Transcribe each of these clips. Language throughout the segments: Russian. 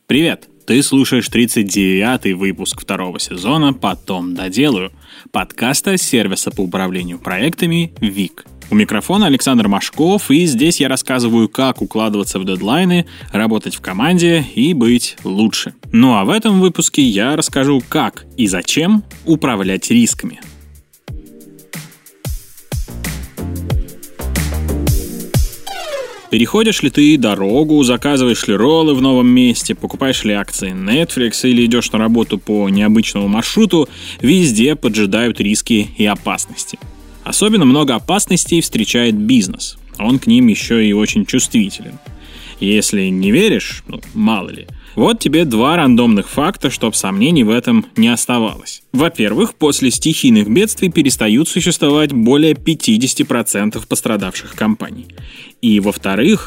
Привет! Ты слушаешь 39-й выпуск второго сезона «Потом доделаю» подкаста сервиса по управлению проектами «Вик». У микрофона Александр Машков, и здесь я рассказываю, как укладываться в дедлайны, работать в команде и быть лучше. Ну а в этом выпуске я расскажу, как и зачем управлять рисками. Переходишь ли ты дорогу, заказываешь ли роллы в новом месте, покупаешь ли акции Netflix или идешь на работу по необычному маршруту, везде поджидают риски и опасности. Особенно много опасностей встречает бизнес. Он к ним еще и очень чувствителен. Если не веришь, мало ли. Вот тебе два рандомных факта, чтоб сомнений в этом не оставалось. Во-первых, после стихийных бедствий перестают существовать более 50% пострадавших компаний. И во-вторых,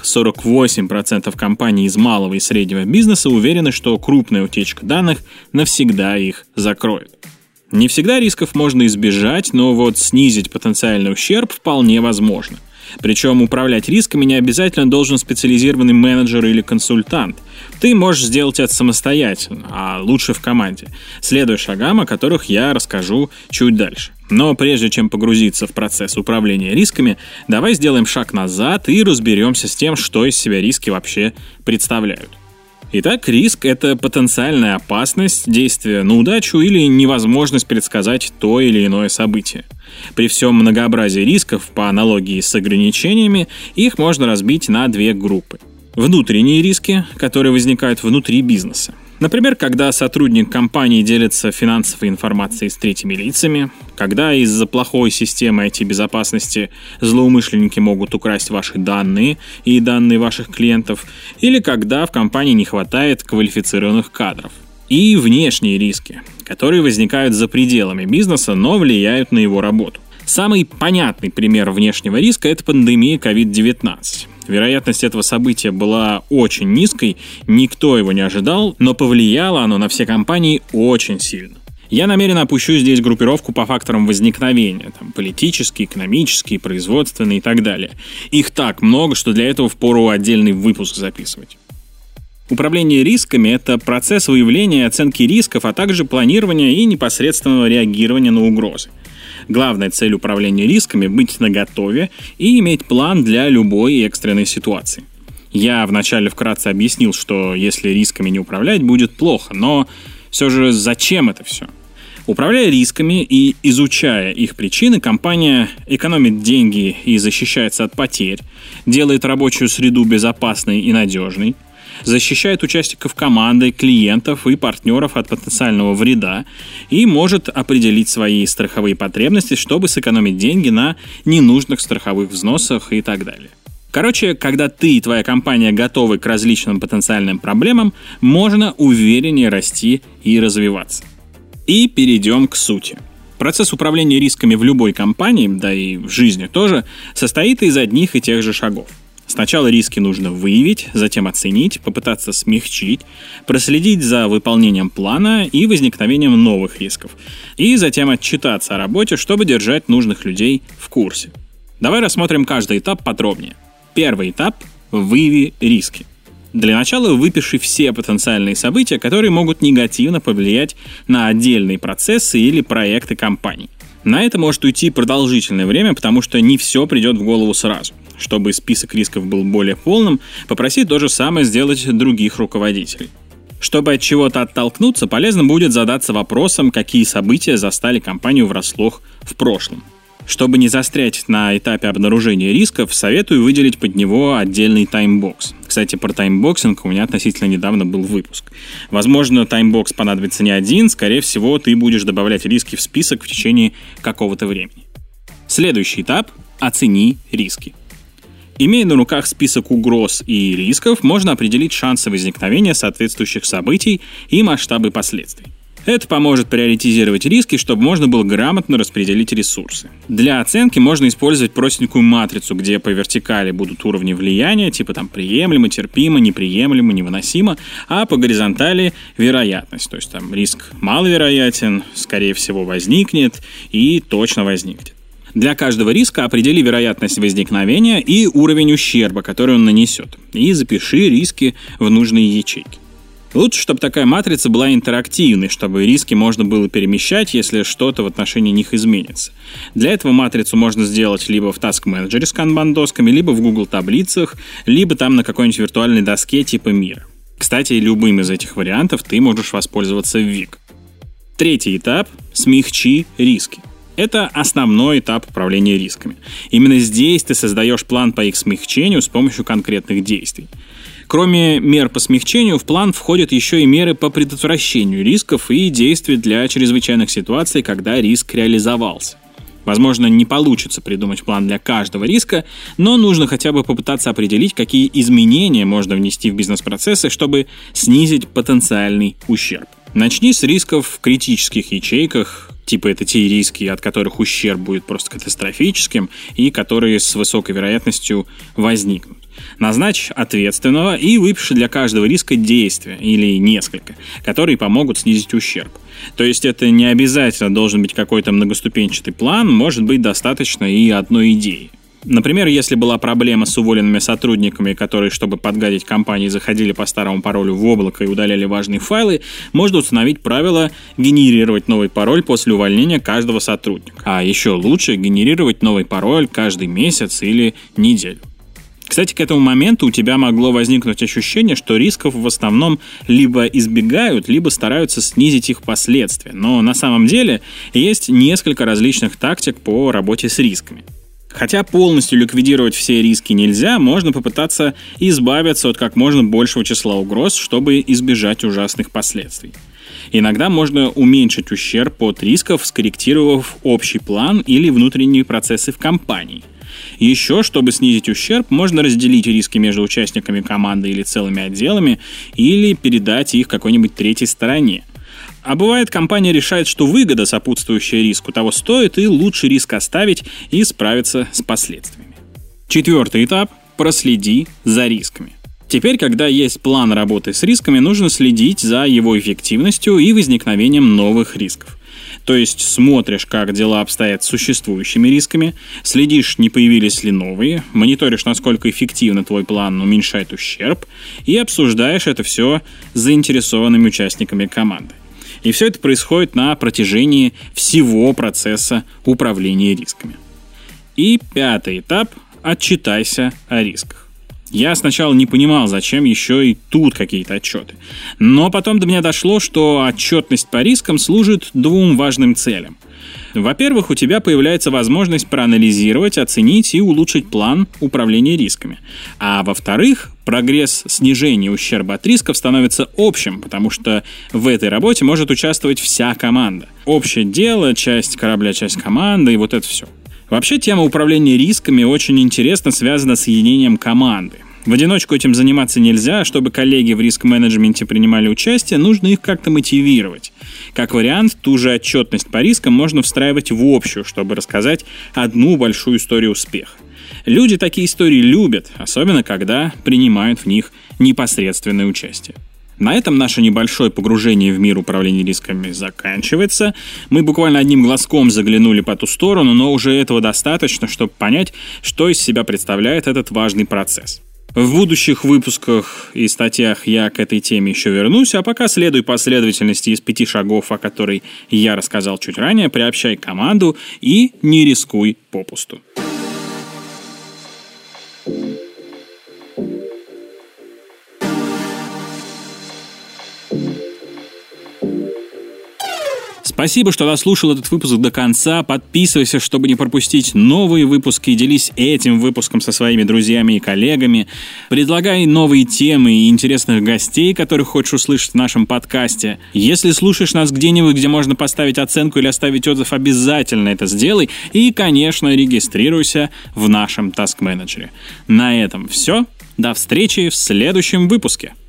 48% компаний из малого и среднего бизнеса уверены, что крупная утечка данных навсегда их закроет. Не всегда рисков можно избежать, но вот снизить потенциальный ущерб вполне возможно. Причем управлять рисками не обязательно должен специализированный менеджер или консультант. Ты можешь сделать это самостоятельно, а лучше в команде, следуя шагам, о которых я расскажу чуть дальше. Но прежде чем погрузиться в процесс управления рисками, давай сделаем шаг назад и разберемся с тем, что из себя риски вообще представляют. Итак, риск – это потенциальная опасность, действие на удачу или невозможность предсказать то или иное событие. При всем многообразии рисков, по аналогии с ограничениями, их можно разбить на две группы. Внутренние риски, которые возникают внутри бизнеса. Например, когда сотрудник компании делится финансовой информацией с третьими лицами, когда из-за плохой системы IT-безопасности злоумышленники могут украсть ваши данные и данные ваших клиентов, или когда в компании не хватает квалифицированных кадров. И внешние риски, которые возникают за пределами бизнеса, но влияют на его работу. Самый понятный пример внешнего риска – это пандемия COVID-19. Вероятность этого события была очень низкой, никто его не ожидал, но повлияло оно на все компании очень сильно. Я намеренно опущу здесь группировку по факторам возникновения, политические, экономические, производственные и так далее. Их так много, что для этого впору отдельный выпуск записывать. Управление рисками – это процесс выявления и оценки рисков, а также планирования и непосредственного реагирования на угрозы. Главная цель управления рисками – быть наготове и иметь план для любой экстренной ситуации. Я вначале вкратце объяснил, что если рисками не управлять, будет плохо, но все же зачем это все? Управляя рисками и изучая их причины, компания экономит деньги и защищается от потерь, делает рабочую среду безопасной и надежной, защищает участников команды, клиентов и партнеров от потенциального вреда и может определить свои страховые потребности, чтобы сэкономить деньги на ненужных страховых взносах и так далее. Короче, когда ты и твоя компания готовы к различным потенциальным проблемам, можно увереннее расти и развиваться. И перейдем к сути. Процесс управления рисками в любой компании, да и в жизни тоже, состоит из одних и тех же шагов. Сначала риски нужно выявить, затем оценить, попытаться смягчить, проследить за выполнением плана и возникновением новых рисков, и затем отчитаться о работе, чтобы держать нужных людей в курсе. Давай рассмотрим каждый этап подробнее. Первый этап – выяви риски. Для начала выпиши все потенциальные события, которые могут негативно повлиять на отдельные процессы или проекты компании. На это может уйти продолжительное время, потому что не все придет в голову сразу. Чтобы список рисков был более полным, попроси то же самое сделать других руководителей. Чтобы от чего-то оттолкнуться, полезно будет задаться вопросом, какие события застали компанию врасплох в прошлом. Чтобы не застрять на этапе обнаружения рисков, советую выделить под него отдельный таймбокс. Кстати, про таймбоксинг у меня относительно недавно был выпуск. Возможно, таймбокс понадобится не один, скорее всего, ты будешь добавлять риски в список в течение какого-то времени. Следующий этап – оцени риски. Имея на руках список угроз и рисков, можно определить шансы возникновения соответствующих событий и масштабы последствий. Это поможет приоритизировать риски, чтобы можно было грамотно распределить ресурсы. Для оценки можно использовать простенькую матрицу, где по вертикали будут уровни влияния, типа приемлемо, терпимо, неприемлемо, невыносимо, а по горизонтали вероятность. То есть риск маловероятен, скорее всего возникнет и точно возникнет. Для каждого риска определи вероятность возникновения и уровень ущерба, который он нанесет, и запиши риски в нужные ячейки. Лучше, чтобы такая матрица была интерактивной, чтобы риски можно было перемещать, если что-то в отношении них изменится. Для этого матрицу можно сделать либо в Task Manager с канбан-досками, либо в Google таблицах, либо там на какой-нибудь виртуальной доске типа Мира. Кстати, любым из этих вариантов ты можешь воспользоваться в Вик. Третий этап – смягчи риски. Это основной этап управления рисками. Именно здесь ты создаешь план по их смягчению с помощью конкретных действий. Кроме мер по смягчению, в план входят еще и меры по предотвращению рисков и действия для чрезвычайных ситуаций, когда риск реализовался. Возможно, не получится придумать план для каждого риска, но нужно хотя бы попытаться определить, какие изменения можно внести в бизнес-процессы, чтобы снизить потенциальный ущерб. Начни с рисков в критических ячейках, типа это те риски, от которых ущерб будет просто катастрофическим и которые с высокой вероятностью возникнут. Назначь ответственного и выпиши для каждого риска действия или несколько, которые помогут снизить ущерб. То есть это не обязательно должен быть какой-то многоступенчатый план, может быть достаточно и одной идеи. Например, если была проблема с уволенными сотрудниками, которые, чтобы подгадить компании, заходили по старому паролю в облако и удаляли важные файлы, можно установить правило генерировать новый пароль после увольнения каждого сотрудника. А еще лучше генерировать новый пароль каждый месяц или неделю. Кстати, к этому моменту у тебя могло возникнуть ощущение, что рисков в основном либо избегают, либо стараются снизить их последствия. Но на самом деле есть несколько различных тактик по работе с рисками. Хотя полностью ликвидировать все риски нельзя, можно попытаться избавиться от как можно большего числа угроз, чтобы избежать ужасных последствий. Иногда можно уменьшить ущерб от рисков, скорректировав общий план или внутренние процессы в компании. Еще, чтобы снизить ущерб, можно разделить риски между участниками команды или целыми отделами, или передать их какой-нибудь третьей стороне. А бывает, компания решает, что выгода, сопутствующая риску, того стоит, и лучше риск оставить и справиться с последствиями. Четвертый этап – проследи за рисками. Теперь, когда есть план работы с рисками, нужно следить за его эффективностью и возникновением новых рисков. То есть смотришь, как дела обстоят с существующими рисками, следишь, не появились ли новые, мониторишь, насколько эффективно твой план уменьшает ущерб, и обсуждаешь это все с заинтересованными участниками команды. И все это происходит на протяжении всего процесса управления рисками. И пятый этап – отчитайся о рисках. Я сначала не понимал, зачем еще и тут какие-то отчеты. Но потом до меня дошло, что отчетность по рискам служит двум важным целям. Во-первых, у тебя появляется возможность проанализировать, оценить и улучшить план управления рисками. А во-вторых, прогресс снижения ущерба от рисков становится общим, потому что в этой работе может участвовать вся команда. Общее дело, часть корабля, часть команды и вот это все. Вообще, тема управления рисками очень интересно связана с единением команды. В одиночку этим заниматься нельзя, чтобы коллеги в риск-менеджменте принимали участие, нужно их как-то мотивировать. Как вариант, ту же отчетность по рискам можно встраивать в общую, чтобы рассказать одну большую историю успеха. Люди такие истории любят, особенно когда принимают в них непосредственное участие. На этом наше небольшое погружение в мир управления рисками заканчивается. Мы буквально одним глазком заглянули по ту сторону, но уже этого достаточно, чтобы понять, что из себя представляет этот важный процесс. В будущих выпусках и статьях я к этой теме еще вернусь, а пока следуй последовательности из 5 шагов, о которой я рассказал чуть ранее, приобщай команду и не рискуй попусту. Спасибо, что дослушал этот выпуск до конца. Подписывайся, чтобы не пропустить новые выпуски. Делись этим выпуском со своими друзьями и коллегами. Предлагай новые темы и интересных гостей, которых хочешь услышать в нашем подкасте. Если слушаешь нас где-нибудь, где можно поставить оценку или оставить отзыв, обязательно это сделай. И, конечно, регистрируйся в нашем Task Manager. На этом все. До встречи в следующем выпуске.